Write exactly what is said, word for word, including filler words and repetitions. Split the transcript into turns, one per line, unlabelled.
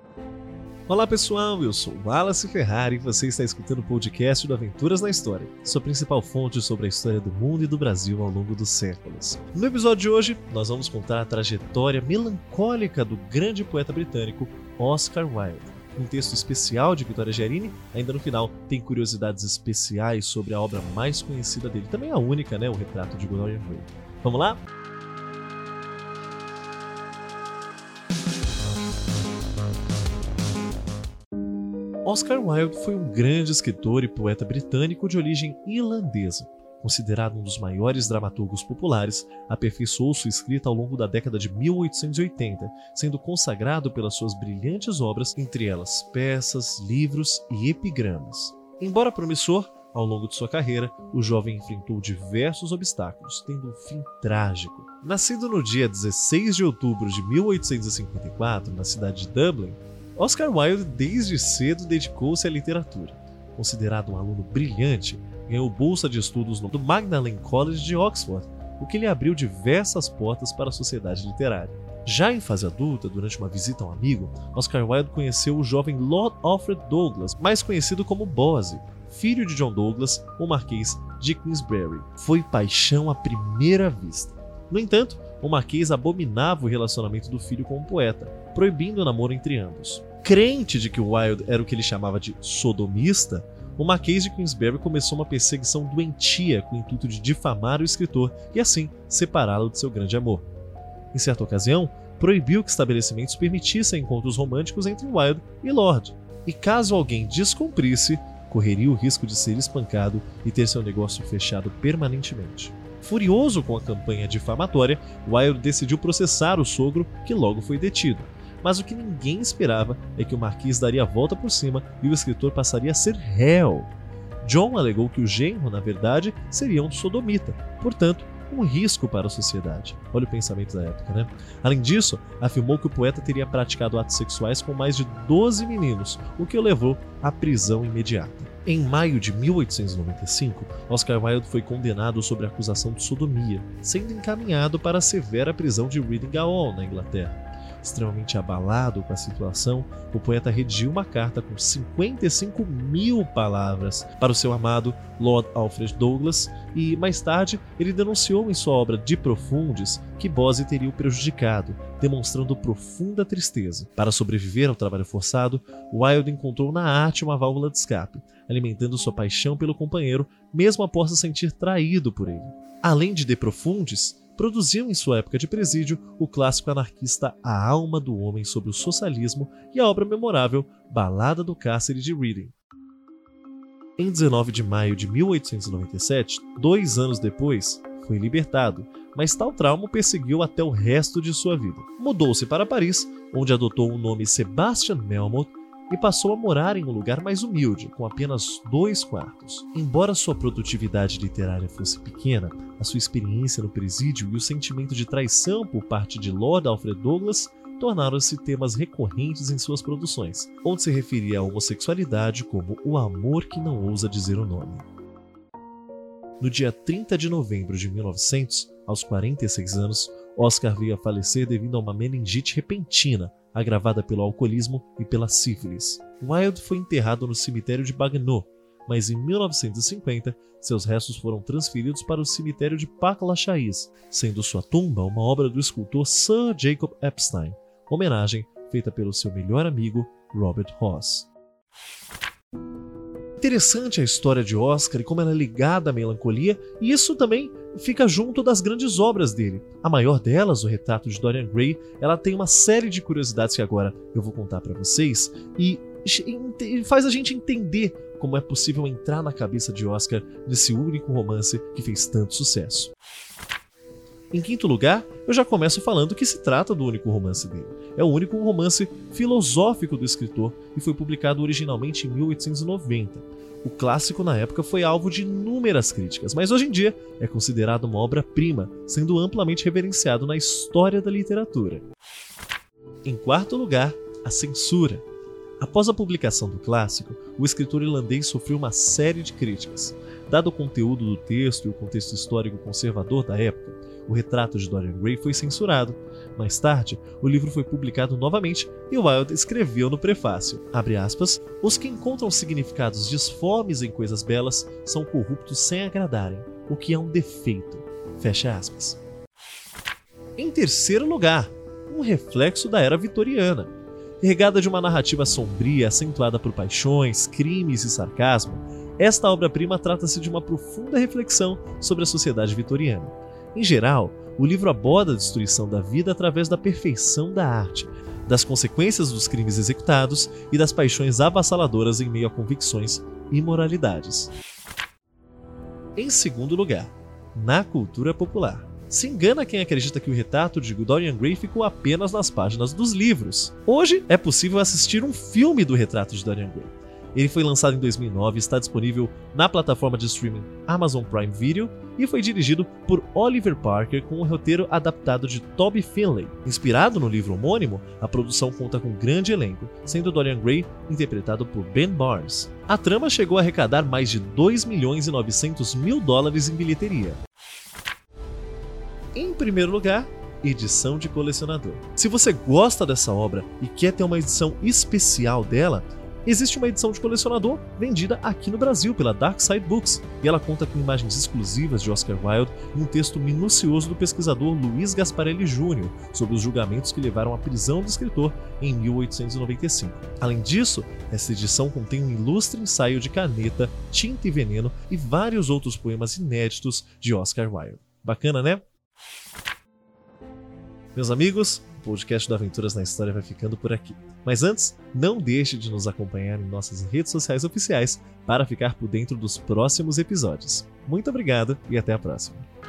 Olá pessoal, eu sou Wallace Ferrari e você está escutando o podcast do Aventuras na História, sua principal fonte sobre a história do mundo e do Brasil ao longo dos séculos. No episódio de hoje, nós vamos contar a trajetória melancólica do grande poeta britânico Oscar Wilde. Um texto especial de Vitória Gerini, ainda no final tem curiosidades especiais sobre a obra mais conhecida dele, também a única, né, o Retrato de Dorian Gray. Vamos lá? Oscar Wilde foi um grande escritor e poeta britânico de origem irlandesa. Considerado um dos maiores dramaturgos populares, aperfeiçoou sua escrita ao longo da década de mil oitocentos e oitenta, sendo consagrado pelas suas brilhantes obras, entre elas peças, livros e epigramas. Embora promissor, ao longo de sua carreira, o jovem enfrentou diversos obstáculos, tendo um fim trágico. Nascido no dia dezesseis de outubro de mil oitocentos e cinquenta e quatro, na cidade de Dublin, Oscar Wilde desde cedo dedicou-se à literatura. Considerado um aluno brilhante, ganhou bolsa de estudos no Magdalen College de Oxford, o que lhe abriu diversas portas para a sociedade literária. Já em fase adulta, durante uma visita a um amigo, Oscar Wilde conheceu o jovem Lord Alfred Douglas, mais conhecido como Bosie, filho de John Douglas, o Marquês de Queensberry. Foi paixão à primeira vista. No entanto, o Marquês abominava o relacionamento do filho com o poeta, proibindo o namoro entre ambos. Crente de que Wilde era o que ele chamava de sodomista, o Marquês de Queensberry começou uma perseguição doentia com o intuito de difamar o escritor e assim separá-lo de seu grande amor. Em certa ocasião, proibiu que estabelecimentos permitissem encontros românticos entre Wilde e Lord, e caso alguém descumprisse, correria o risco de ser espancado e ter seu negócio fechado permanentemente. Furioso com a campanha difamatória, Wilde decidiu processar o sogro, que logo foi detido. Mas o que ninguém esperava é que o Marquês daria a volta por cima e o escritor passaria a ser réu. John alegou que o genro, na verdade, seria um sodomita, portanto, um risco para a sociedade. Olha o pensamento da época, né? Além disso, afirmou que o poeta teria praticado atos sexuais com mais de doze meninos, o que o levou à prisão imediata. Em maio de mil oitocentos e noventa e cinco, Oscar Wilde foi condenado sob a acusação de sodomia, sendo encaminhado para a severa prisão de Reading Gaol, na Inglaterra. Extremamente abalado com a situação, o poeta redigiu uma carta com cinquenta e cinco mil palavras para o seu amado Lord Alfred Douglas e, mais tarde, ele denunciou em sua obra De Profundis que Bosie teria o prejudicado, demonstrando profunda tristeza. Para sobreviver ao trabalho forçado, Wilde encontrou na arte uma válvula de escape, alimentando sua paixão pelo companheiro, mesmo após se sentir traído por ele. Além de De Profundis, produziu em sua época de presídio o clássico anarquista A Alma do Homem sobre o Socialismo e a obra memorável Balada do Cárcere de Reading. Em dezenove de maio de mil oitocentos e noventa e sete, dois anos depois, foi libertado, mas tal trauma o perseguiu até o resto de sua vida. Mudou-se para Paris, onde adotou o nome Sebastian Melmoth e passou a morar em um lugar mais humilde, com apenas dois quartos. Embora sua produtividade literária fosse pequena, a sua experiência no presídio e o sentimento de traição por parte de Lord Alfred Douglas tornaram-se temas recorrentes em suas produções, onde se referia à homossexualidade como o amor que não ousa dizer o nome. No dia trinta de novembro de mil e novecentos, aos quarenta e seis anos, Oscar veio a falecer devido a uma meningite repentina, agravada pelo alcoolismo e pela sífilis. Wilde foi enterrado no cemitério de Bagneux, mas em mil novecentos e cinquenta, seus restos foram transferidos para o cemitério de Pâques-Lachaise, sendo sua tumba uma obra do escultor Sir Jacob Epstein, homenagem feita pelo seu melhor amigo Robert Ross. Interessante a história de Oscar e como ela é ligada à melancolia, e isso também fica junto das grandes obras dele. A maior delas, o Retrato de Dorian Gray, ela tem uma série de curiosidades que agora eu vou contar para vocês e faz a gente entender como é possível entrar na cabeça de Oscar nesse único romance que fez tanto sucesso. Em quinto lugar, eu já começo falando que se trata do único romance dele. É o único romance filosófico do escritor e foi publicado originalmente em mil oitocentos e noventa. O clássico na época foi alvo de inúmeras críticas, mas hoje em dia é considerado uma obra-prima, sendo amplamente reverenciado na história da literatura. Em quarto lugar, a censura. Após a publicação do clássico, o escritor irlandês sofreu uma série de críticas. Dado o conteúdo do texto e o contexto histórico conservador da época, o retrato de Dorian Gray foi censurado. Mais tarde, o livro foi publicado novamente e Wilde escreveu no prefácio, abre aspas, os que encontram significados disformes em coisas belas são corruptos sem agradarem, o que é um defeito, fecha aspas. Em terceiro lugar, um reflexo da era vitoriana. Regada de uma narrativa sombria, acentuada por paixões, crimes e sarcasmo, esta obra-prima trata-se de uma profunda reflexão sobre a sociedade vitoriana. Em geral, o livro aborda a destruição da vida através da perfeição da arte, das consequências dos crimes executados e das paixões avassaladoras em meio a convicções e moralidades. Em segundo lugar, na cultura popular. Se engana quem acredita que o retrato de Dorian Gray ficou apenas nas páginas dos livros. Hoje é possível assistir um filme do retrato de Dorian Gray. Ele foi lançado em dois mil e nove e está disponível na plataforma de streaming Amazon Prime Video e foi dirigido por Oliver Parker com o roteiro adaptado de Toby Finlay. Inspirado no livro homônimo, a produção conta com um grande elenco, sendo Dorian Gray interpretado por Ben Barnes. A trama chegou a arrecadar mais de dois milhões e novecentos mil dólares em bilheteria. Em primeiro lugar, edição de colecionador. Se você gosta dessa obra e quer ter uma edição especial dela, existe uma edição de colecionador vendida aqui no Brasil pela Dark Side Books, e ela conta com imagens exclusivas de Oscar Wilde e um texto minucioso do pesquisador Luiz Gasparelli Júnior sobre os julgamentos que levaram à prisão do escritor em mil oitocentos e noventa e cinco. Além disso, essa edição contém um ilustre ensaio de Caneta, Tinta e Veneno e vários outros poemas inéditos de Oscar Wilde. Bacana, né? Meus amigos, o podcast do Aventuras na História vai ficando por aqui. Mas antes, não deixe de nos acompanhar em nossas redes sociais oficiais para ficar por dentro dos próximos episódios. Muito obrigado e até a próxima.